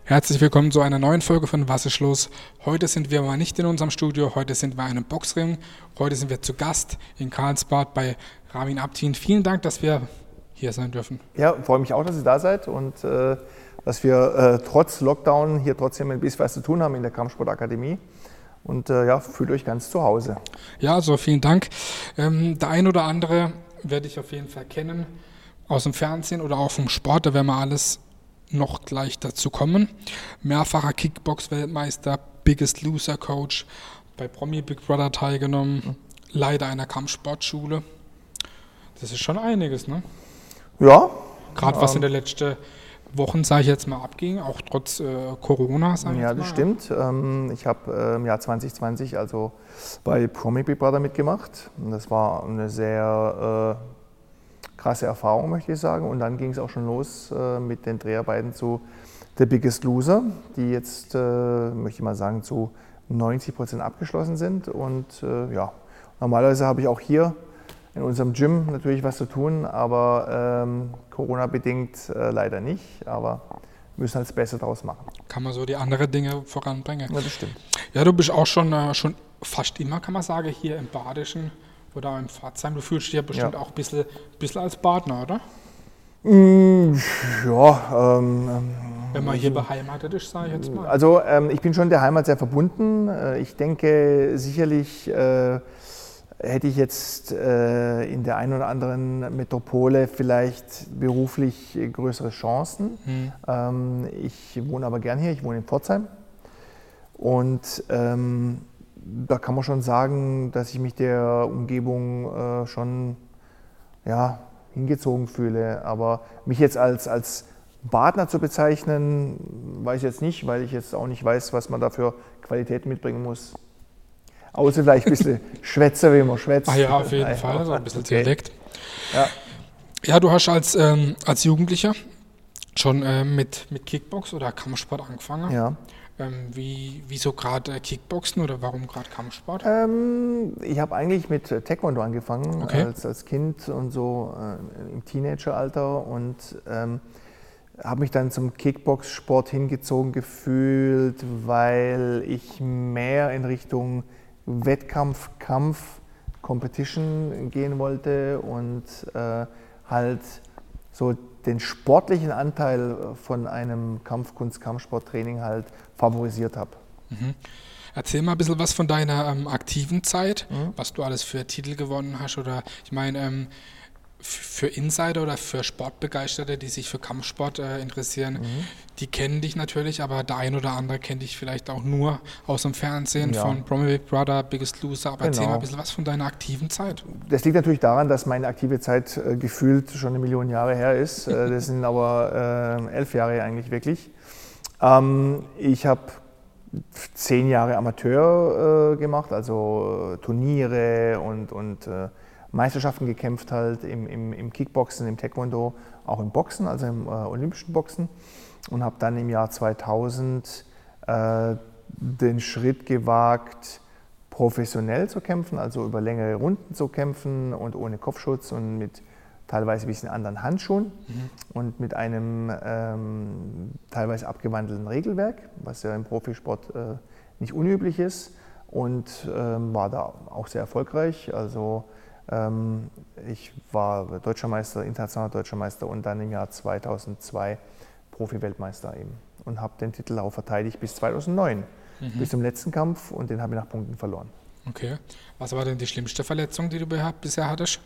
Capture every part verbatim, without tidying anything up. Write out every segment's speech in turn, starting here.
Herzlich willkommen zu einer neuen Folge von Was ist los? Heute sind wir mal nicht in unserem Studio, heute sind wir in einem Boxring. Heute sind wir zu Gast in Karlsbad bei Ramin Abtin. Vielen Dank, dass wir hier sein dürfen. Ja, freue mich auch, dass ihr da seid und äh, dass wir äh, trotz Lockdown hier trotzdem ein bisschen was zu tun haben in der Kampfsportakademie. Und äh, ja, fühlt euch ganz zu Hause. Ja, also vielen Dank. Ähm, der ein oder andere werde ich auf jeden Fall kennen, aus dem Fernsehen oder auch vom Sport, da werden wir alles noch gleich dazu kommen. Mehrfacher Kickbox-Weltmeister, Biggest Loser Coach, bei Promi Big Brother teilgenommen, mhm. Leiter einer Kampfsportschule. Das ist schon einiges, ne? Ja. Gerade was ähm, in den letzten Wochen, sage ich jetzt mal, abging, auch trotz äh, Corona, sage ich Ja, jetzt mal. das stimmt. Ähm, ich habe äh, im Jahr zwanzig zwanzig also bei Promi Big Brother mitgemacht. Und das war eine sehr äh, krasse Erfahrung, möchte ich sagen. Und dann ging es auch schon los äh, mit den Dreharbeiten zu The Biggest Loser, die jetzt, äh, möchte ich mal sagen, zu neunzig Prozent abgeschlossen sind. Und äh, ja, normalerweise habe ich auch hier in unserem Gym natürlich was zu tun, aber ähm, Corona-bedingt äh, leider nicht. Aber wir müssen halt das Beste draus machen. Kann man so die anderen Dinge voranbringen. Ja, das stimmt. Ja, du bist auch schon, äh, schon fast immer, kann man sagen, hier im Badischen oder im Pforzheim. Du fühlst dich ja bestimmt ja. auch ein bisschen, bisschen als Partner, oder? Mm, ja. Ähm, Wenn man hier beheimatet ist, sage ich jetzt mal. Also ähm, ich bin schon der Heimat sehr verbunden. Ich denke, sicherlich äh, hätte ich jetzt äh, in der einen oder anderen Metropole vielleicht beruflich größere Chancen. Mhm. Ähm, ich wohne aber gern hier, ich wohne in Pforzheim. Und ähm, da kann man schon sagen, dass ich mich der Umgebung äh, schon ja, hingezogen fühle. Aber mich jetzt als, als Partner zu bezeichnen, weiß ich jetzt nicht, weil ich jetzt auch nicht weiß, was man da für Qualitäten mitbringen muss. Außer vielleicht ein bisschen Schwätzer, wie man schwätzt. Ah ja, auf jeden Fall, so ein bisschen okay. Dialekt. Ja. Ja, du hast als, ähm, als Jugendlicher schon ähm, mit, mit Kickbox oder Kampfsport angefangen. Ja. Ähm, wie, wieso gerade äh, Kickboxen oder warum gerade Kampfsport? Ähm, ich habe eigentlich mit Taekwondo angefangen, okay. als, als Kind und so äh, im Teenageralter und ähm, habe mich dann zum Kickbox-Sport hingezogen gefühlt, weil ich mehr in Richtung Wettkampf, Kampf, Competition gehen wollte und äh, halt so den sportlichen Anteil von einem Kampfkunst-Kampfsporttraining halt favorisiert habe. Mhm. Erzähl mal ein bisschen was von deiner ähm, aktiven Zeit, mhm. was du alles für Titel gewonnen hast oder ich meine ähm, für Insider oder für Sportbegeisterte, die sich für Kampfsport äh, interessieren, mhm. die kennen dich natürlich, aber der ein oder andere kennt dich vielleicht auch nur aus dem Fernsehen ja. von Promi Big Brother, Biggest Loser, aber genau. erzähl mal ein bisschen was von deiner aktiven Zeit. Das liegt natürlich daran, dass meine aktive Zeit äh, gefühlt schon eine Million Jahre her ist. Äh, das sind aber äh, elf Jahre eigentlich wirklich. Ähm, ich habe zehn Jahre Amateur äh, gemacht, also äh, Turniere und, und äh, Meisterschaften gekämpft halt im, im, im Kickboxen, im Taekwondo, auch im Boxen, also im äh, olympischen Boxen und habe dann im Jahr zweitausend äh, den Schritt gewagt, professionell zu kämpfen, also über längere Runden zu kämpfen und ohne Kopfschutz und mit teilweise ein bisschen anderen Handschuhen mhm. und mit einem ähm, teilweise abgewandelten Regelwerk, was ja im Profisport äh, nicht unüblich ist und ähm, war da auch sehr erfolgreich. Also ähm, ich war Deutscher Meister, internationaler Deutscher Meister und dann im Jahr zweitausendzwei Profi-Weltmeister eben und habe den Titel auch verteidigt bis zweitausendneun, mhm. bis zum letzten Kampf und den habe ich nach Punkten verloren. Okay. Was war denn die schlimmste Verletzung, die du bisher hattest?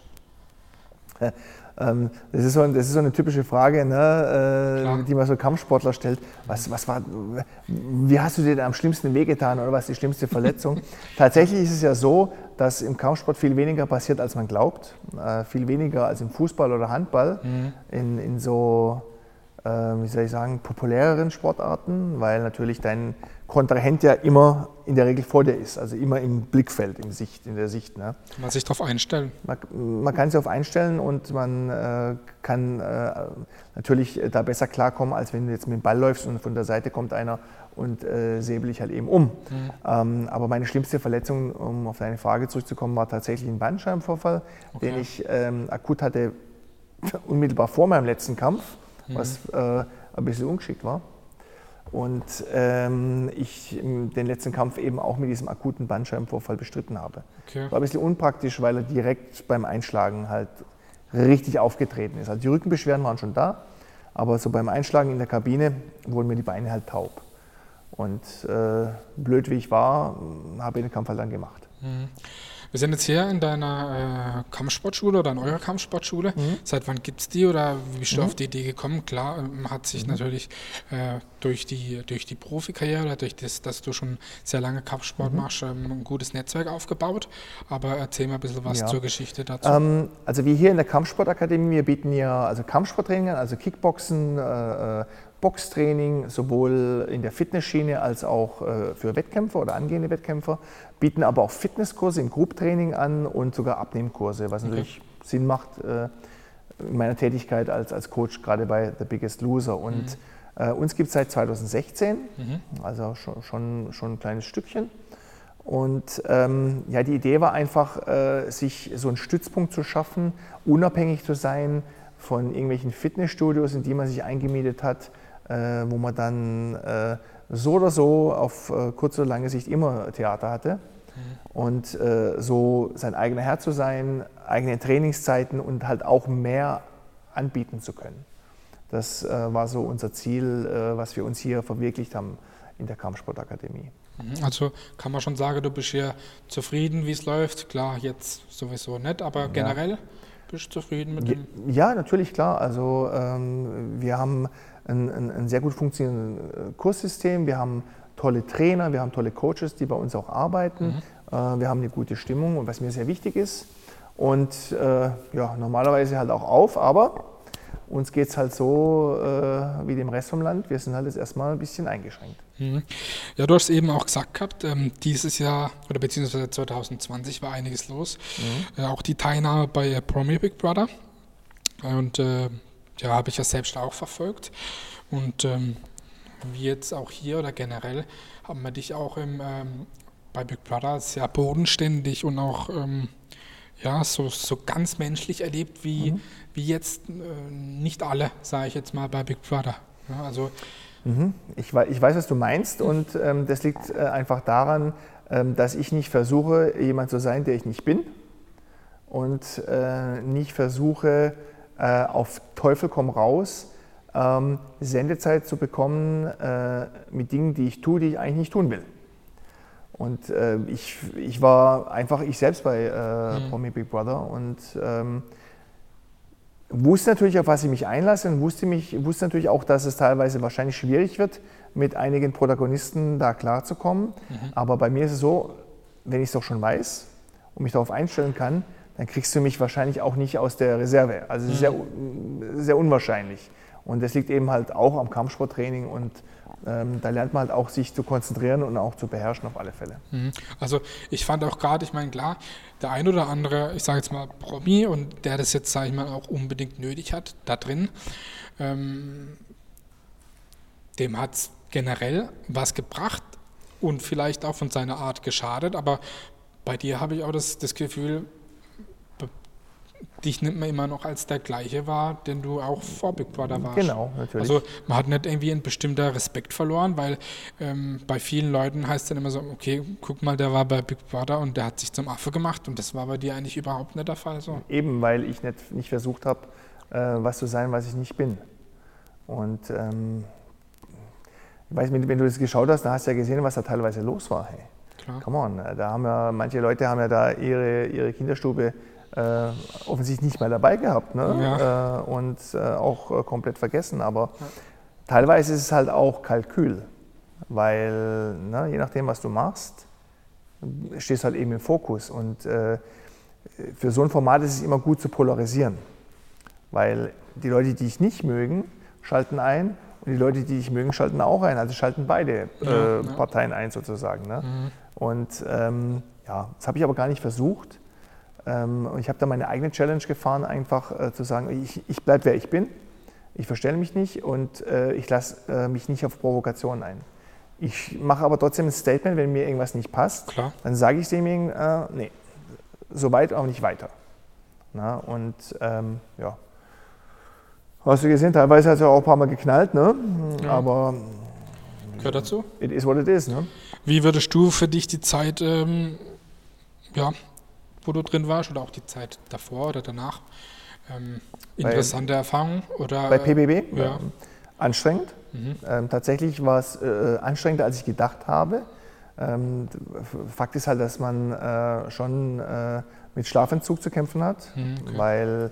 Das ist, so, das ist so eine typische Frage, ne, die man so Kampfsportler stellt. Was, was war, wie hast du dir denn am schlimmsten wehgetan oder was ist die schlimmste Verletzung? Tatsächlich ist es ja so, dass im Kampfsport viel weniger passiert, als man glaubt. Äh, viel weniger als im Fußball oder Handball. Mhm. In, in so, äh, wie soll ich sagen, populäreren Sportarten, weil natürlich dein Kontrahent ja immer in der Regel vor dir ist, also immer im Blickfeld, im Sicht, in der Sicht. Ne? Kann man sich darauf einstellen? Man, man kann sich darauf einstellen und man äh, kann äh, natürlich da besser klarkommen, als wenn du jetzt mit dem Ball läufst und von der Seite kommt einer und äh, säbel ich halt eben um. Mhm. Ähm, aber meine schlimmste Verletzung, um auf deine Frage zurückzukommen, war tatsächlich ein Bandscheibenvorfall, okay. den ich ähm, akut hatte, unmittelbar vor meinem letzten Kampf, mhm. was äh, ein bisschen ungeschickt war. und ähm, ich den letzten Kampf eben auch mit diesem akuten Bandscheibenvorfall bestritten habe. Okay. War ein bisschen unpraktisch, weil er direkt beim Einschlagen halt richtig aufgetreten ist. Also die Rückenbeschwerden waren schon da, aber so beim Einschlagen in der Kabine wurden mir die Beine halt taub. Und äh, blöd wie ich war, habe ich den Kampf halt dann gemacht. Mhm. Wir sind jetzt hier in deiner äh, Kampfsportschule oder in eurer Kampfsportschule. Mhm. Seit wann gibt es die oder wie bist du mhm. auf die Idee gekommen? Klar, man hat sich mhm. natürlich äh, durch die, durch die Profikarriere oder durch das, dass du schon sehr lange Kampfsport mhm. machst, ähm, ein gutes Netzwerk aufgebaut. Aber erzähl mal ein bisschen was ja. zur Geschichte dazu. Ähm, also wir hier in der Kampfsportakademie, wir bieten ja also Kampfsporttraining an, also Kickboxen, äh, Boxtraining, sowohl in der Fitnessschiene als auch äh, für Wettkämpfer oder angehende Wettkämpfer, bieten aber auch Fitnesskurse im Group-Training an und sogar Abnehmkurse, was okay. natürlich Sinn macht äh, in meiner Tätigkeit als, als Coach, gerade bei The Biggest Loser. Und mhm. äh, uns gibt es seit zweitausendsechzehn, mhm. also schon, schon, schon ein kleines Stückchen. Und ähm, ja, die Idee war einfach, äh, sich so einen Stützpunkt zu schaffen, unabhängig zu sein von irgendwelchen Fitnessstudios, in die man sich eingemietet hat, äh, wo man dann äh, so oder so auf äh, kurze oder lange Sicht immer Theater hatte. Mhm. Und äh, so sein eigener Herr zu sein, eigene Trainingszeiten und halt auch mehr anbieten zu können. Das äh, war so unser Ziel, äh, was wir uns hier verwirklicht haben in der Kampfsportakademie. Also kann man schon sagen, du bist hier zufrieden, wie es läuft. Klar, jetzt sowieso nicht, aber generell ja. bist du zufrieden mit dem? Ja, natürlich, klar. Also ähm, wir haben ein, ein, ein sehr gut funktionierendes Kurssystem, wir haben tolle Trainer, wir haben tolle Coaches, die bei uns auch arbeiten. Mhm. Äh, wir haben eine gute Stimmung, und was mir sehr wichtig ist. Und äh, ja, normalerweise halt auch auf, aber uns geht es halt so äh, wie dem Rest vom Land. Wir sind halt jetzt erstmal ein bisschen eingeschränkt. Mhm. Ja, du hast eben auch gesagt gehabt, ähm, dieses Jahr oder beziehungsweise zwanzig zwanzig war einiges los. Mhm. Äh, auch die Teilnahme bei äh, Promi Big Brother. Und äh, ja, habe ich ja selbst auch verfolgt. Und ähm, wie jetzt auch hier oder generell haben wir dich auch im, ähm, bei Big Brother sehr bodenständig und auch ähm, ja, so, so ganz menschlich erlebt, wie, mhm. wie jetzt äh, nicht alle, sage ich jetzt mal, bei Big Brother. Ja, also mhm. ich, weiß, ich weiß, was du meinst, und ähm, das liegt äh, einfach daran, ähm, dass ich nicht versuche, jemand zu sein, der ich nicht bin, und äh, nicht versuche, äh, auf Teufel komm raus, ähm, Sendezeit zu bekommen äh, mit Dingen, die ich tue, die ich eigentlich nicht tun will. Und äh, ich, ich war einfach ich selbst bei äh, mhm. Promi Big Brother und ähm, wusste natürlich, auf was ich mich einlasse, und wusste, mich, wusste natürlich auch, dass es teilweise wahrscheinlich schwierig wird, mit einigen Protagonisten da klarzukommen. Mhm. Aber bei mir ist es so, wenn ich es doch schon weiß und mich darauf einstellen kann, dann kriegst du mich wahrscheinlich auch nicht aus der Reserve. Also mhm. sehr, sehr unwahrscheinlich. Und das liegt eben halt auch am Kampfsporttraining, und ähm, da lernt man halt auch, sich zu konzentrieren und auch zu beherrschen auf alle Fälle. Also ich fand auch gerade, ich meine, klar, der ein oder andere, ich sage jetzt mal Promi, und der das jetzt, sage ich mal, auch unbedingt nötig hat, da drin, ähm, dem hat es generell was gebracht und vielleicht auch von seiner Art geschadet, aber bei dir habe ich auch das, das Gefühl, dich nimmt man immer noch als der gleiche wahr, den du auch vor Big Brother warst. Genau, natürlich. Also man hat nicht irgendwie ein bestimmter Respekt verloren, weil ähm, bei vielen Leuten heißt es dann immer so, okay, guck mal, der war bei Big Brother und der hat sich zum Affe gemacht, und das war bei dir eigentlich überhaupt nicht der Fall. So. Eben, weil ich nicht, nicht versucht habe, äh, was zu sein, was ich nicht bin. Und ähm, ich weiß, wenn, wenn du das geschaut hast, dann hast du ja gesehen, was da teilweise los war. Hey. Klar. Come on, da haben ja, manche Leute haben ja da ihre, ihre Kinderstube Äh, offensichtlich nicht mehr dabei gehabt, ne? Ja. äh, und äh, auch äh, komplett vergessen. Aber ja. teilweise ist es halt auch Kalkül, weil ne, je nachdem, was du machst, stehst du halt eben im Fokus. Und äh, für so ein Format ist es immer gut zu polarisieren, weil die Leute, die dich nicht mögen, schalten ein, und die Leute, die dich mögen, schalten auch ein. Also schalten beide äh, ja, ja. Parteien ein sozusagen. Ne? Mhm. Und ähm, ja, das habe ich aber gar nicht versucht. Ähm, ich habe da meine eigene Challenge gefahren, einfach äh, zu sagen, ich, ich bleibe, wer ich bin, ich verstelle mich nicht, und äh, ich lasse äh, mich nicht auf Provokationen ein. Ich mache aber trotzdem ein Statement, wenn mir irgendwas nicht passt. Klar. Dann sage ich demjenigen, äh, nee, so weit, auch nicht weiter. Na, und ähm, ja, hast du gesehen, teilweise hat es ja auch ein paar Mal geknallt, ne? Ja. Aber gehört dazu. It is what it is. Ne? Wie würdest du für dich die Zeit, ähm, ja, wo du drin warst, oder auch die Zeit davor oder danach, ähm, interessante bei, Erfahrungen? Oder, bei P B B? Ja. Ähm, anstrengend. Mhm. Ähm, tatsächlich war es äh, anstrengender, als ich gedacht habe. Ähm, Fakt ist halt, dass man äh, schon äh, mit Schlafentzug zu kämpfen hat, mhm, okay. weil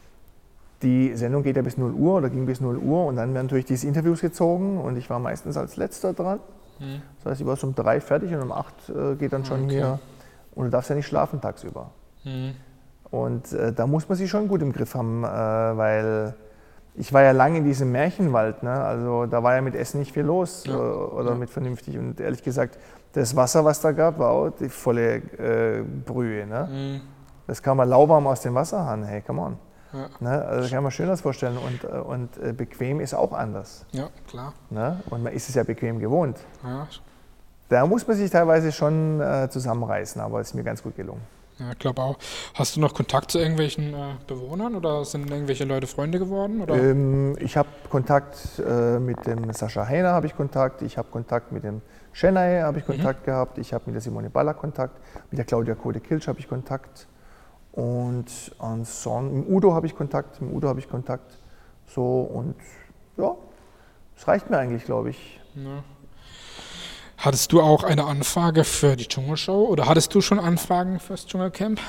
die Sendung geht ja bis null Uhr oder ging bis null Uhr und dann werden natürlich diese Interviews gezogen und ich war meistens als Letzter dran. Mhm. Das heißt, ich war so um drei fertig und um acht äh, geht dann schon okay. hier und du darfst ja nicht schlafen tagsüber. Mhm. Und äh, da muss man sich schon gut im Griff haben, äh, weil ich war ja lange in diesem Märchenwald, ne? Also da war ja mit Essen nicht viel los ja. äh, oder ja. mit vernünftig und ehrlich gesagt, das Wasser, was da gab, war auch die volle äh, Brühe. Ne? Mhm. Das kam mal lauwarm aus dem Wasserhahn, hey, come on. Ja. Ne? Also das kann man schön das vorstellen und, und äh, bequem ist auch anders. Ja, klar. Ne? Und man ist es ja bequem gewohnt. Ja. Da muss man sich teilweise schon äh, zusammenreißen, aber es ist mir ganz gut gelungen. Ja, ich glaube auch. Hast du noch Kontakt zu irgendwelchen äh, Bewohnern oder sind irgendwelche Leute Freunde geworden? Oder? Ähm, ich habe Kontakt äh, mit dem Sascha Heiner, habe ich Kontakt. Ich habe Kontakt mit dem Chennai, habe ich Kontakt mhm. gehabt. Ich habe mit der Simone Baller Kontakt. Mit der Claudia Kode-Kilsch habe ich Kontakt. Und ansonsten, mit Udo habe ich Kontakt. Mit Udo habe ich Kontakt. So und ja, das reicht mir eigentlich, glaube ich. Ja. Hattest du auch eine Anfrage für die Dschungelshow oder hattest du schon Anfragen fürs Dschungelcamp?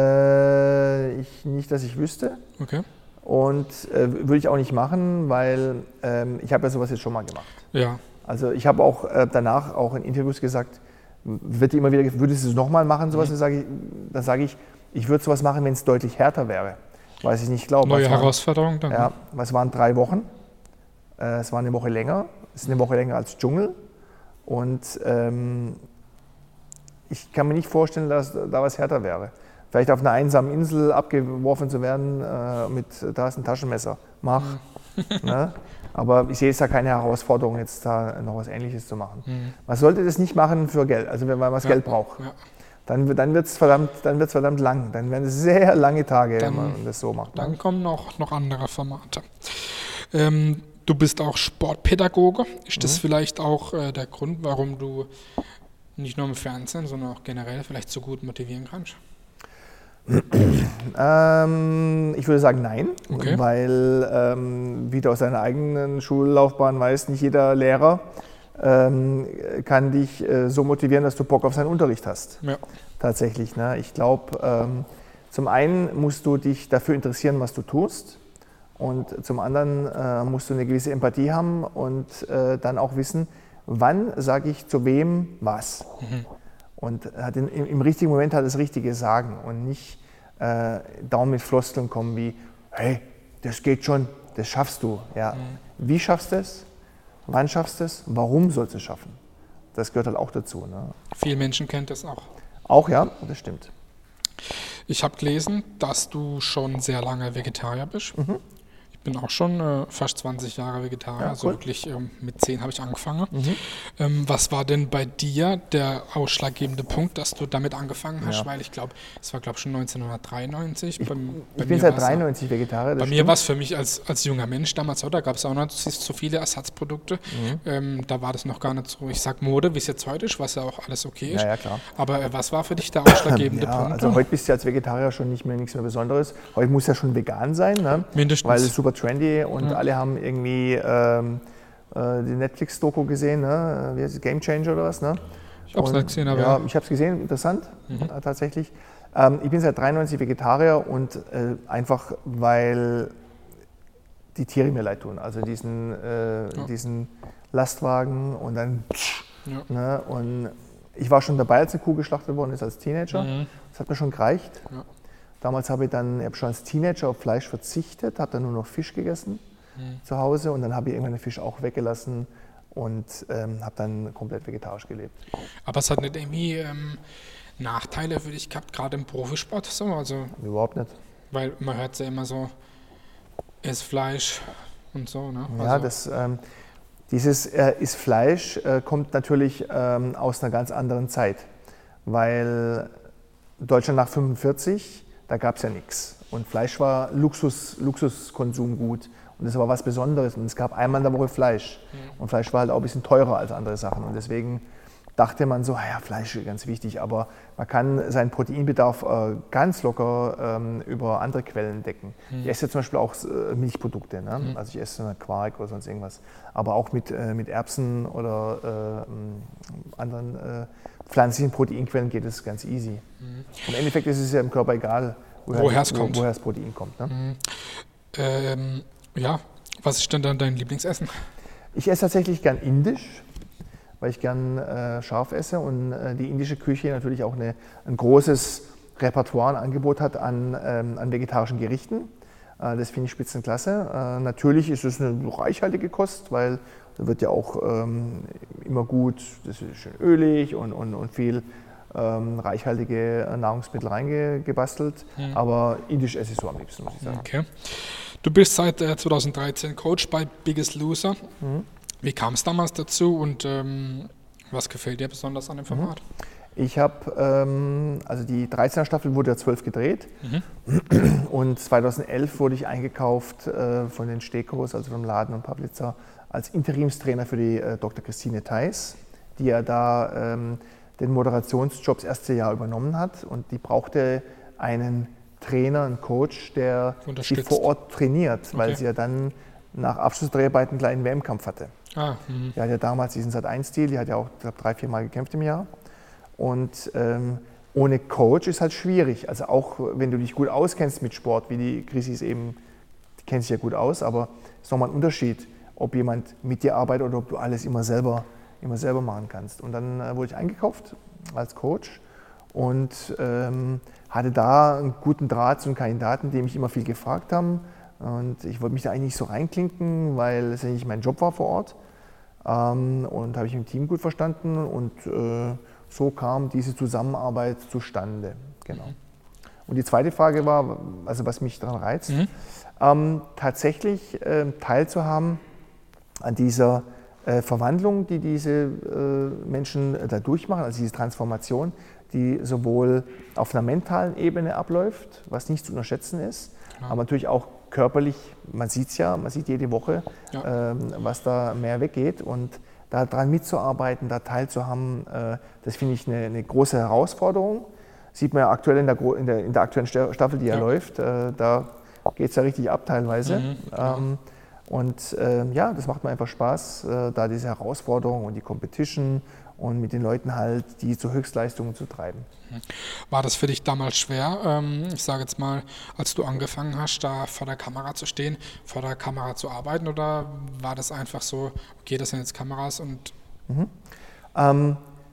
Äh, ich, nicht, dass ich wüsste. Okay. Und äh, würde ich auch nicht machen, weil ähm, ich habe ja sowas jetzt schon mal gemacht. Ja. Also ich habe auch äh, danach auch in Interviews gesagt, wird immer wieder, würdest du es nochmal machen, sowas? Mhm. Dann sage ich, dann sage ich, ich würde sowas machen, wenn es deutlich härter wäre. Weiß ich nicht, glaube ich. Neue Herausforderung dann. Ja, es waren drei Wochen. Äh, es war eine Woche länger. Es ist eine Woche länger als Dschungel. Und ähm, ich kann mir nicht vorstellen, dass da was härter wäre. Vielleicht auf einer einsamen Insel abgeworfen zu werden äh, mit, da ist ein Taschenmesser, mach. Mhm. Ne? Aber ich sehe jetzt da keine Herausforderung, jetzt da noch was Ähnliches zu machen. Mhm. Man sollte das nicht machen für Geld, also wenn man was ja, Geld braucht. Ja. Dann, dann wird es verdammt, dann wird's verdammt lang. Dann werden es sehr lange Tage, dann, wenn man das so macht. Dann ne? kommen auch noch andere Formate. Ähm, Du bist auch Sportpädagoge. Ist das mhm. vielleicht auch äh, der Grund, warum du nicht nur im Fernsehen, sondern auch generell vielleicht so gut motivieren kannst? ähm, ich würde sagen nein, okay. weil, ähm, wie du aus deiner eigenen Schullaufbahn weißt, nicht jeder Lehrer ähm, kann dich äh, so motivieren, dass du Bock auf seinen Unterricht hast. Ja. Tatsächlich. Ne? Ich glaube, ähm, zum einen musst du dich dafür interessieren, was du tust. Und zum anderen äh, musst du eine gewisse Empathie haben und äh, dann auch wissen, wann sage ich zu wem was. Mhm. Und hat in, im, im richtigen Moment halt das Richtige sagen und nicht äh, dauernd mit Floskeln kommen wie, hey, das geht schon, das schaffst du. Ja. Mhm. Wie schaffst du es? Wann schaffst du es? Warum sollst du es schaffen? Das gehört halt auch dazu. Ne? Viele Menschen kennen das auch. Auch, ja, das stimmt. Ich habe gelesen, dass du schon sehr lange Vegetarier bist. Mhm. Ich bin auch schon äh, fast zwanzig Jahre Vegetarier, ja, also cool. wirklich ähm, mit zehn habe ich angefangen. Mhm. Ähm, was war denn bei dir der ausschlaggebende Punkt, dass du damit angefangen hast? Ja. Weil ich glaube, es war glaube schon neunzehnhundertdreiundneunzig. Ich, bei, ich bin seit dreiundneunzig Vegetarier. Bei mir war es für mich als, als junger Mensch damals auch, da gab es auch noch so viele Ersatzprodukte. Mhm. Ähm, da war das noch gar nicht so, ich sag Mode, wie es jetzt heute ist, was ja auch alles okay ist. Ja, ja, klar. Aber äh, was war für dich der ausschlaggebende ja, Punkt? Also heute bist du als Vegetarier schon nicht mehr nichts mehr Besonderes. Heute muss ja schon vegan sein, ne? Mindestens. Weil es super trendy und ja. alle haben irgendwie ähm, äh, die Netflix-Doku gesehen, ne? Wie heißt es, Game Changer oder was? Ne? Ich habe es nicht gesehen, aber... Ja, ich habe es gesehen, interessant, mhm. äh, tatsächlich. Ähm, ich bin seit dreiundneunzig Vegetarier und äh, einfach, weil die Tiere mir leid tun. Also diesen, äh, ja. diesen Lastwagen und dann... Ja. Ne? Und ich war schon dabei, als eine Kuh geschlachtet worden ist, als Teenager. Mhm. Das hat mir schon gereicht. Ja. Damals habe ich dann, ich habe schon als Teenager auf Fleisch verzichtet, habe dann nur noch Fisch gegessen mhm. zu Hause und dann habe ich irgendwann den Fisch auch weggelassen und ähm, habe dann komplett vegetarisch gelebt. Aber es hat nicht irgendwie ähm, Nachteile für dich gehabt, gerade im Profisport? So? Also, überhaupt nicht. Weil man hört ja immer so, ist Fleisch und so. Ne? Ja, also, das, ähm, dieses äh, ist Fleisch äh, kommt natürlich ähm, aus einer ganz anderen Zeit, weil Deutschland nach fünfundvierzig, da gab es ja nichts. Und Fleisch war Luxus, Luxuskonsumgut. Und das war was Besonderes. Und es gab einmal in der Woche Fleisch. Mhm. Und Fleisch war halt auch ein bisschen teurer als andere Sachen. Und deswegen dachte man so, ja, Fleisch ist ganz wichtig, aber man kann seinen Proteinbedarf äh, ganz locker ähm, über andere Quellen decken. Mhm. Ich esse ja zum Beispiel auch äh, Milchprodukte, ne? Mhm. Also ich esse Quark oder sonst irgendwas, aber auch mit, äh, mit Erbsen oder äh, anderen äh, pflanzlichen Proteinquellen geht es ganz easy. Mhm. Im Endeffekt ist es ja im Körper egal, woher, woher es wo, kommt. Woher das Protein kommt. Ne? Mhm. Ähm, ja, was ist denn dann dein Lieblingsessen? Ich esse tatsächlich gern indisch, weil ich gern äh, scharf esse und äh, die indische Küche natürlich auch eine, ein großes Repertoire, ein Angebot hat an, ähm, an vegetarischen Gerichten. Äh, das finde ich spitzenklasse. Äh, natürlich ist es eine reichhaltige Kost, weil da wird ja auch ähm, immer gut, das ist schön ölig und, und, und viel ähm, reichhaltige Nahrungsmittel reingebastelt. Mhm. Aber indisch esse ich so am liebsten, muss ich sagen. Okay. Du bist seit äh, zweitausenddreizehn Coach bei Biggest Loser. Mhm. Wie kam es damals dazu und ähm, was gefällt dir besonders an dem Format? Ich habe, ähm, also die dreizehner Staffel wurde ja zwölf gedreht mhm. und zweitausendelf wurde ich eingekauft äh, von den Stekos, also vom Laden und Pavlitzer, als Interimstrainer für die äh, Doktor Christine Theis, die ja da ähm, den Moderationsjob das erste Jahr übernommen hat und die brauchte einen Trainer, einen Coach, der sie vor Ort trainiert, okay. weil sie ja dann nach Abschlussdreharbeiten einen kleinen W M-Kampf hatte. Ah, die hat ja damals diesen Sat eins Stil, die hat ja auch glaub, drei, vier Mal gekämpft im Jahr. Und ähm, ohne Coach ist halt schwierig. Also auch wenn du dich gut auskennst mit Sport, wie die Chrissy eben, die kennt sich ja gut aus, aber es ist nochmal ein Unterschied, ob jemand mit dir arbeitet oder ob du alles immer selber, immer selber machen kannst. Und dann äh, wurde ich eingekauft als Coach und ähm, hatte da einen guten Draht zu einem Kandidaten, die mich immer viel gefragt haben. Und ich wollte mich da eigentlich nicht so reinklinken, weil es ja nicht mein Job war vor Ort. Ähm, und habe ich im Team gut verstanden und äh, so kam diese Zusammenarbeit zustande. Genau. Und die zweite Frage war, also was mich daran reizt, mhm. ähm, tatsächlich äh, teilzuhaben an dieser äh, Verwandlung, die diese äh, Menschen äh, da durchmachen, also diese Transformation, die sowohl auf einer mentalen Ebene abläuft, was nicht zu unterschätzen ist, ja. aber natürlich auch körperlich, man sieht es ja, man sieht jede Woche, ja. ähm, was da mehr weggeht und daran mitzuarbeiten, da teilzuhaben, äh, das finde ich eine, eine große Herausforderung. Sieht man ja aktuell in der, in der, in der aktuellen Staffel, die ja, ja läuft, äh, da geht es ja richtig ab teilweise. Mhm, ähm, und äh, ja, das macht mir einfach Spaß, äh, da diese Herausforderung und die Competition und mit den Leuten halt die zu Höchstleistungen zu treiben. War das für dich damals schwer, ähm, ich sage jetzt mal, als du angefangen hast, da vor der Kamera zu stehen, vor der Kamera zu arbeiten oder war das einfach so, okay, das sind jetzt Kameras und... Mhm. Ähm,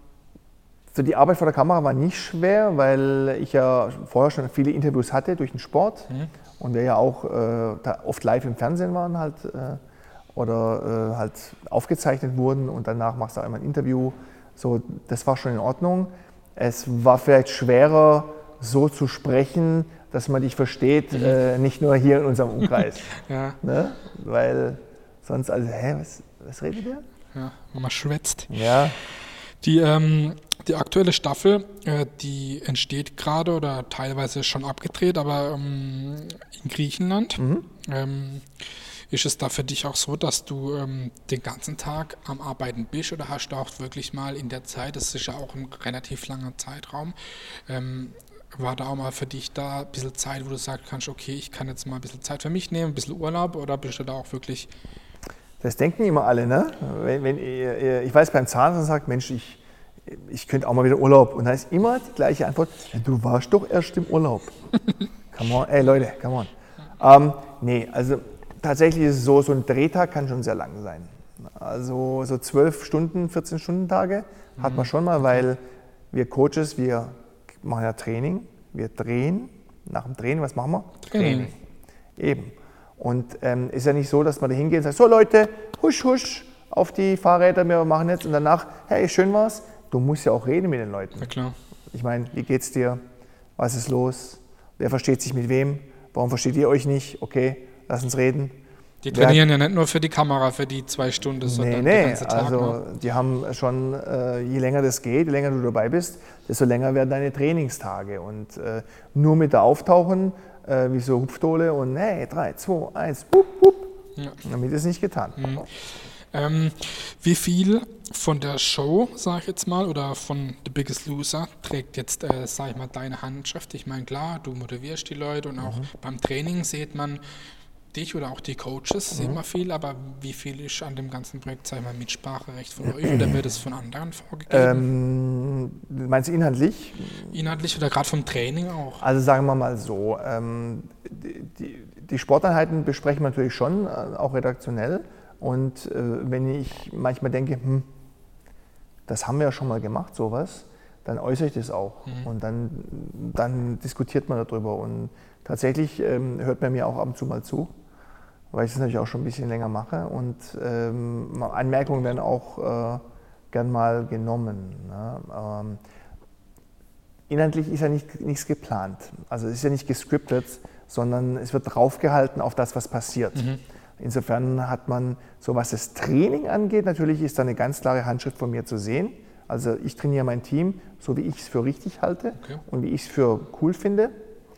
so die Arbeit vor der Kamera war nicht schwer, weil ich ja vorher schon viele Interviews hatte durch den Sport mhm. und wir ja auch äh, da oft live im Fernsehen waren halt äh, oder äh, halt aufgezeichnet wurden und danach machst du auch immer ein Interview. So, das war schon in Ordnung. Es war vielleicht schwerer, so zu sprechen, dass man dich versteht, mhm. äh, nicht nur hier in unserem Umkreis. ja. ne? Weil sonst alle, hä, was, was redet ihr? Ja, wenn man schwätzt. Ja. Die, ähm, die aktuelle Staffel, äh, die entsteht gerade oder teilweise schon abgedreht, aber ähm, in Griechenland. Mhm. Ähm, Ist es da für dich auch so, dass du ähm, den ganzen Tag am Arbeiten bist oder hast du auch wirklich mal in der Zeit, das ist ja auch ein relativ langer Zeitraum, ähm, war da auch mal für dich da ein bisschen Zeit, wo du sagen kannst, okay, ich kann jetzt mal ein bisschen Zeit für mich nehmen, ein bisschen Urlaub oder bist du da auch wirklich... Das denken immer alle, ne? Wenn, wenn ihr, ich weiß, beim Zahnarzt sagt, Mensch, ich, ich könnte auch mal wieder Urlaub und da ist immer die gleiche Antwort, du warst doch erst im Urlaub. Come on, ey Leute, come on. Ähm, nee, also... Tatsächlich ist es so, so ein Drehtag kann schon sehr lang sein. Also so zwölf Stunden, vierzehn Stunden Tage mhm. hat man schon mal, weil wir Coaches, wir machen ja Training, wir drehen. Nach dem Training, was machen wir? Training. Training. Eben. Und ähm, ist ja nicht so, dass man da hingeht und sagt, so Leute, husch, husch, auf die Fahrräder, wir machen jetzt und danach, hey, schön war's. Du musst ja auch reden mit den Leuten. Na klar. Ich meine, wie geht's dir? Was ist los? Wer versteht sich mit wem? Warum versteht ihr euch nicht? Okay. Lass uns reden. Die trainieren Wer, ja nicht nur für die Kamera, für die zwei Stunden, sondern nee, nee. den ganzen Tag. Also ne? die haben schon, äh, je länger das geht, je länger du dabei bist, desto länger werden deine Trainingstage. Und äh, nur mit da auftauchen äh, wie so Hupfdohle und hey, drei, zwei, eins, wupp, wupp. Ja. Damit ist es nicht getan. Mhm. Ähm, wie viel von der Show, sag ich jetzt mal, oder von The Biggest Loser trägt jetzt, äh, sag ich mal, deine Handschrift? Ich meine, klar, du motivierst die Leute und auch mhm. beim Training sieht man dich oder auch die Coaches, mhm. sieht man viel, aber wie viel ist an dem ganzen Projekt, sag ich mal, Mitspracherecht von euch oder wird es von anderen vorgegeben? Ähm, meinst du inhaltlich? Inhaltlich oder gerade vom Training auch? Also sagen wir mal so, ähm, die, die, die Sporteinheiten besprechen wir natürlich schon, äh, auch redaktionell. Und äh, wenn ich manchmal denke, hm, das haben wir ja schon mal gemacht, sowas, dann äußere ich das auch. Mhm. Und dann, dann diskutiert man darüber. Und tatsächlich ähm, hört man mir auch ab und zu mal zu, weil ich das natürlich auch schon ein bisschen länger mache. Und ähm, Anmerkungen werden auch äh, gern mal genommen. Ne? Ähm, inhaltlich ist ja nicht, nichts geplant. Also es ist ja nicht gescriptet, sondern es wird draufgehalten auf das, was passiert. Mhm. Insofern hat man, so was das Training angeht, natürlich ist da eine ganz klare Handschrift von mir zu sehen. Also ich trainiere mein Team, so wie ich es für richtig halte okay. und wie ich es für cool finde.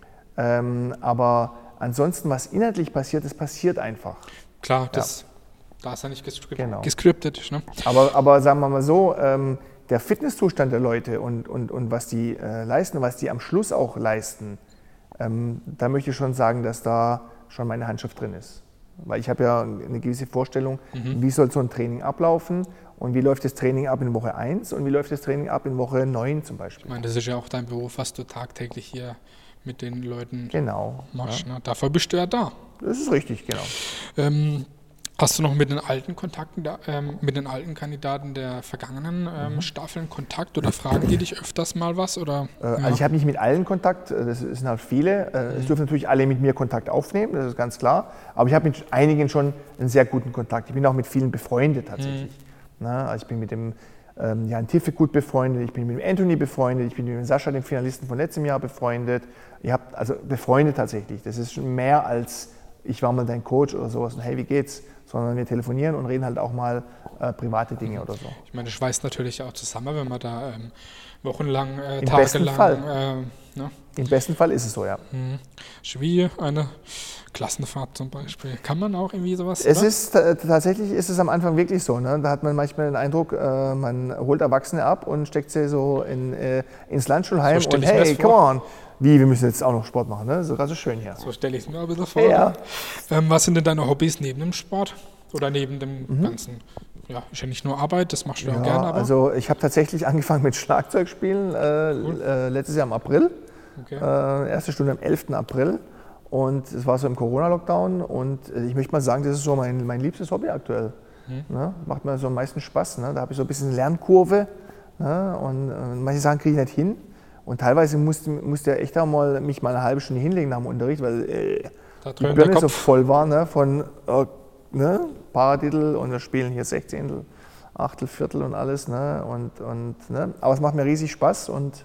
Ähm, aber ansonsten, was inhaltlich passiert, das passiert einfach. Klar, das, ja. da ist ja nicht gescriptet. Genau. gescriptet ne? aber, aber sagen wir mal so, ähm, der Fitnesszustand der Leute und, und, und was die äh, leisten, was die am Schluss auch leisten, ähm, da möchte ich schon sagen, dass da schon meine Handschrift drin ist. Weil ich habe ja eine gewisse Vorstellung, mhm. wie soll so ein Training ablaufen und wie läuft das Training ab in Woche eins und wie läuft das Training ab in Woche neun zum Beispiel. Ich meine, das ist ja auch dein Beruf, was du tagtäglich hier mit den Leuten genau, machst. Ja. Ne? Dafür bist du ja da. Das ist richtig, genau. Ähm, hast du noch mit den alten Kontakten, da, ähm, mit den alten Kandidaten der vergangenen ähm, mhm. Staffeln Kontakt oder fragen die dich öfters mal was? Oder, äh, ja? Also ich habe nicht mit allen Kontakt, das sind halt viele. Äh, mhm. Es dürfen natürlich alle mit mir Kontakt aufnehmen, das ist ganz klar. Aber ich habe mit einigen schon einen sehr guten Kontakt. Ich bin auch mit vielen befreundet tatsächlich. Mhm. Na, also ich bin mit dem ähm, Jan Tiffe gut befreundet, ich bin mit dem Anthony befreundet, ich bin mit dem Sascha, dem Finalisten von letztem Jahr, befreundet. Ihr habt also befreundet tatsächlich. Das ist schon mehr als ich war mal dein Coach oder sowas und hey, wie geht's? Sondern wir telefonieren und reden halt auch mal äh, private Dinge oder so. Ich meine, das schweißt natürlich auch zusammen, wenn man da ähm, wochenlang, äh, Im besten tagelang... Fall. Äh, ne? Im besten Fall ist es so, ja. Mhm. Wie eine Klassenfahrt zum Beispiel. Kann man auch irgendwie sowas... Es ist, äh, tatsächlich ist es am Anfang wirklich so. Ne? Da hat man manchmal den Eindruck, äh, man holt Erwachsene ab und steckt sie so in, äh, ins Landschulheim so und hey, come on. Wie, wir müssen jetzt auch noch Sport machen, ne? Sogar so schön hier. So stelle ich es mir ein bisschen vor. Ja. Ähm, was sind denn deine Hobbys neben dem Sport? Oder neben dem mhm. ganzen, ja, ist ja nicht nur Arbeit, das machst du ja auch gerne. Aber also ich habe tatsächlich angefangen mit Schlagzeugspielen äh, cool. äh, letztes Jahr im April. Okay. Äh, erste Stunde am elften April. Und es war so im Corona-Lockdown. Und äh, ich möchte mal sagen, das ist so mein, mein liebstes Hobby aktuell. Mhm. Ne? Macht mir so am meisten Spaß. Ne? Da habe ich so ein bisschen Lernkurve. Ne? Und äh, manche Sachen kriege ich nicht hin. Und teilweise musste, musste ich echt auch mal mich mal eine halbe Stunde hinlegen nach dem Unterricht, weil äh, die Birne so voll war, ne, von äh, ne, Paradiddle und wir spielen hier Sechzehntel, Achtel, Viertel und alles. Ne, und, und, ne, aber es macht mir riesig Spaß und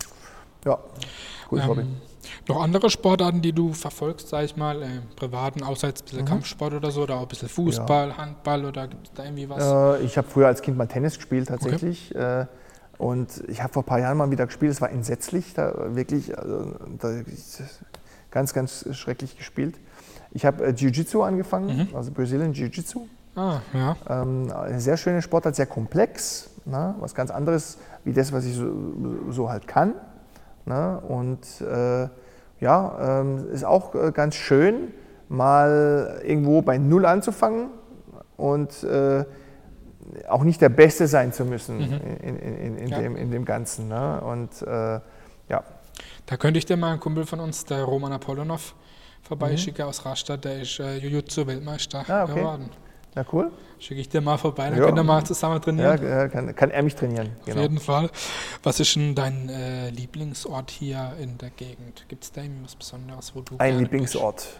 ja, gutes ähm, Hobby. Noch andere Sportarten, die du verfolgst, sag ich mal, äh, privaten, außer jetzt ein bisschen mhm. Kampfsport oder so, oder auch ein bisschen Fußball, ja. Handball oder gibt es da irgendwie was? Äh, ich habe früher als Kind mal Tennis gespielt tatsächlich. Okay. Äh, Und ich habe vor ein paar Jahren mal wieder gespielt, es war entsetzlich, da wirklich also, da, ganz, ganz schrecklich gespielt. Ich habe äh, Jiu-Jitsu angefangen, mhm. also Brazilian Jiu-Jitsu. Ah, ja. Ähm, eine sehr schöne Sportart, sehr komplex, ne? Was ganz anderes wie das, was ich so, so halt kann. Ne? Und äh, ja, ähm, ist auch äh, ganz schön, mal irgendwo bei Null anzufangen und äh, auch nicht der Beste sein zu müssen mhm. in, in, in, in, ja. dem, in dem Ganzen. Ne? Und äh, ja. Da könnte ich dir mal einen Kumpel von uns, der Roman Apollonov, vorbeischicken mhm. aus Rastatt, der ist äh, Jiu-Jitsu-Weltmeister ah, okay. geworden. Na cool. Schicke ich dir mal vorbei, dann ja. könnt ihr mal zusammen trainieren. Ja, kann, kann er mich trainieren. Auf genau. jeden Fall. Was ist denn dein äh, Lieblingsort hier in der Gegend? Gibt es da irgendwas Besonderes, wo du Ein Lieblingsort? Bist?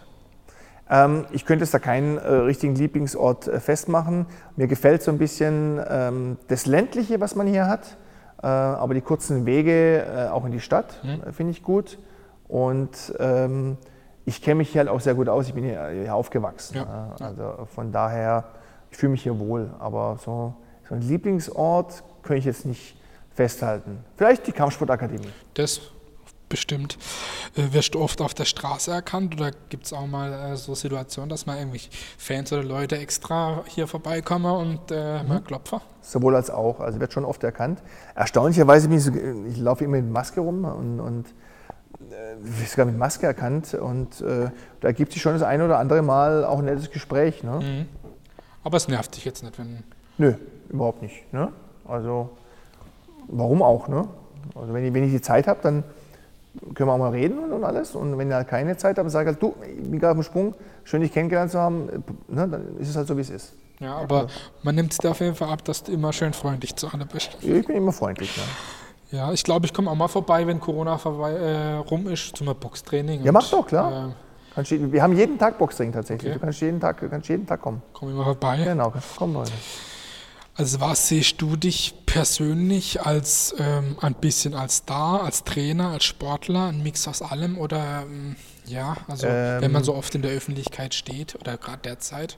Ich könnte es da keinen äh, richtigen Lieblingsort äh, festmachen. Mir gefällt so ein bisschen ähm, das Ländliche, was man hier hat, äh, aber die kurzen Wege äh, auch in die Stadt mhm. äh, finde ich gut. Und ähm, ich kenne mich hier halt auch sehr gut aus, ich bin hier, hier aufgewachsen. Ja. Äh, also von daher, ich fühle mich hier wohl, aber so, so ein Lieblingsort könnte ich jetzt nicht festhalten. Vielleicht die Kampfsportakademie. Das bestimmt. Äh, wirst du oft auf der Straße erkannt oder gibt es auch mal äh, so Situationen, dass mal irgendwie Fans oder Leute extra hier vorbeikommen und äh, mhm. mal klopfen? Sowohl als auch. Also wird schon oft erkannt. Erstaunlicherweise bin ich so, ich laufe immer mit Maske rum und, und äh, sogar mit Maske erkannt und äh, da ergibt sich schon das eine oder andere Mal auch ein nettes Gespräch. Ne? Mhm. Aber es nervt dich jetzt nicht, wenn... Nö, überhaupt nicht. Ne? Also warum auch? Ne? Also wenn ich, wenn ich die Zeit habe, dann können wir auch mal reden und, und alles. Und wenn ich halt keine Zeit habe, sage ich halt, du, ich bin gerade auf dem Sprung, schön dich kennengelernt zu haben, ne? Dann ist es halt so, wie es ist. Ja, aber also, man nimmt es dir auf jeden Fall ab, dass du immer schön freundlich zu allen bist. Ich bin immer freundlich. Ne? Ja, ich glaube, ich komme auch mal vorbei, wenn Corona vorbei, äh, rum ist, zum Boxtraining. Ja, mach doch, klar. Äh, kannst, wir haben jeden Tag Boxtraining tatsächlich. Okay. Du kannst jeden Tag, kannst jeden Tag kommen. Komm immer vorbei. Genau, kannst kommen, Leute. Also was siehst du dich persönlich als ähm, ein bisschen als Star, als Trainer, als Sportler, ein Mix aus allem oder ähm, ja, also ähm, wenn man so oft in der Öffentlichkeit steht oder gerade derzeit?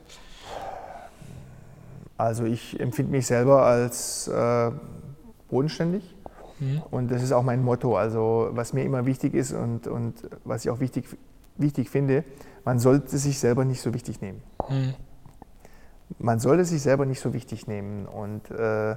Also ich empfinde mich selber als äh, bodenständig mhm. und das ist auch mein Motto. Also was mir immer wichtig ist und, und was ich auch wichtig, wichtig finde, man sollte sich selber nicht so wichtig nehmen. Mhm. Man sollte sich selber nicht so wichtig nehmen und äh,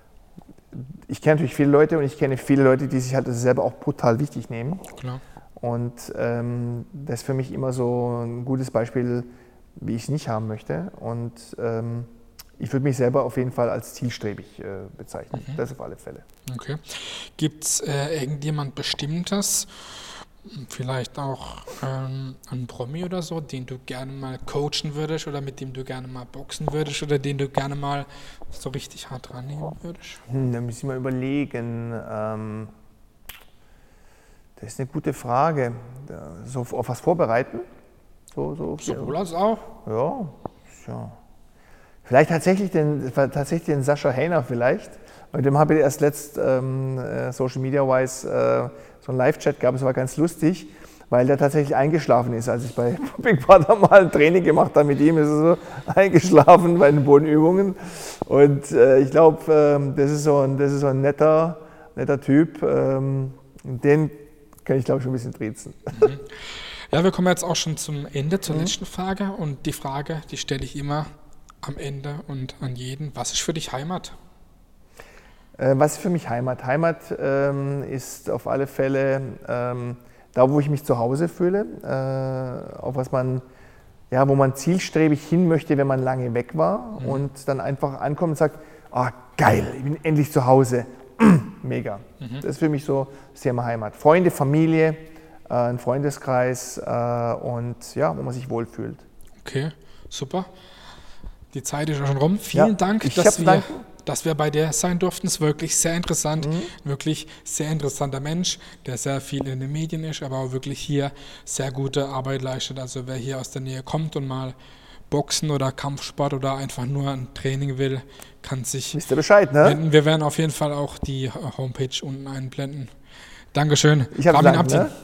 ich kenne natürlich viele Leute und ich kenne viele Leute, die sich halt selber auch brutal wichtig nehmen. Klar. Und ähm, das ist für mich immer so ein gutes Beispiel, wie ich es nicht haben möchte. Und ähm, ich würde mich selber auf jeden Fall als zielstrebig äh, bezeichnen. Mhm. Das auf alle Fälle. Okay. Gibt es äh, irgendjemand Bestimmtes, vielleicht auch ähm, einen Promi oder so, den du gerne mal coachen würdest oder mit dem du gerne mal boxen würdest oder den du gerne mal so richtig hart rannehmen würdest? Hm, da muss ich mal überlegen. Ähm, das ist eine gute Frage. So auf was vorbereiten? So, so, Sowohl als auch. Ja, ja. Vielleicht tatsächlich den, tatsächlich den Sascha Heiner vielleicht. Mit dem habe ich erst letzt ähm, Social Media wise äh, so einen Live-Chat gehabt, das war ganz lustig, weil der tatsächlich eingeschlafen ist. Als ich bei Big Brother mal ein Training gemacht habe mit ihm, ist er so eingeschlafen bei den Bodenübungen. Und äh, ich glaube, ähm, das ist so ein, das ist so ein netter, netter Typ. Ähm, den kann ich, glaube ich, schon ein bisschen triezen. Mhm. Ja, wir kommen jetzt auch schon zum Ende, zur mhm. letzten Frage. Und die Frage, die stelle ich immer am Ende und an jeden. Was ist für dich Heimat? Was ist für mich Heimat? Heimat ähm, ist auf alle Fälle ähm, da, wo ich mich zu Hause fühle, äh, auf was man, ja, wo man zielstrebig hin möchte, wenn man lange weg war mhm. und dann einfach ankommt und sagt, oh, geil, ich bin endlich zu Hause, mega. Mhm. Das ist für mich so das Thema Heimat. Freunde, Familie, äh, ein Freundeskreis äh, und ja, wo man sich wohlfühlt. Okay, super. Die Zeit ist schon rum. Vielen ja, Dank, dass wir, dass wir bei dir sein durften. Es ist wirklich sehr interessant, mhm. wirklich sehr interessanter Mensch, der sehr viel in den Medien ist, aber auch wirklich hier sehr gute Arbeit leistet. Also wer hier aus der Nähe kommt und mal Boxen oder Kampfsport oder einfach nur ein Training will, kann sich Wisst ihr Bescheid, ne? wenden. Wir werden auf jeden Fall auch die Homepage unten einblenden. Dankeschön. Ich habe Dank, ne?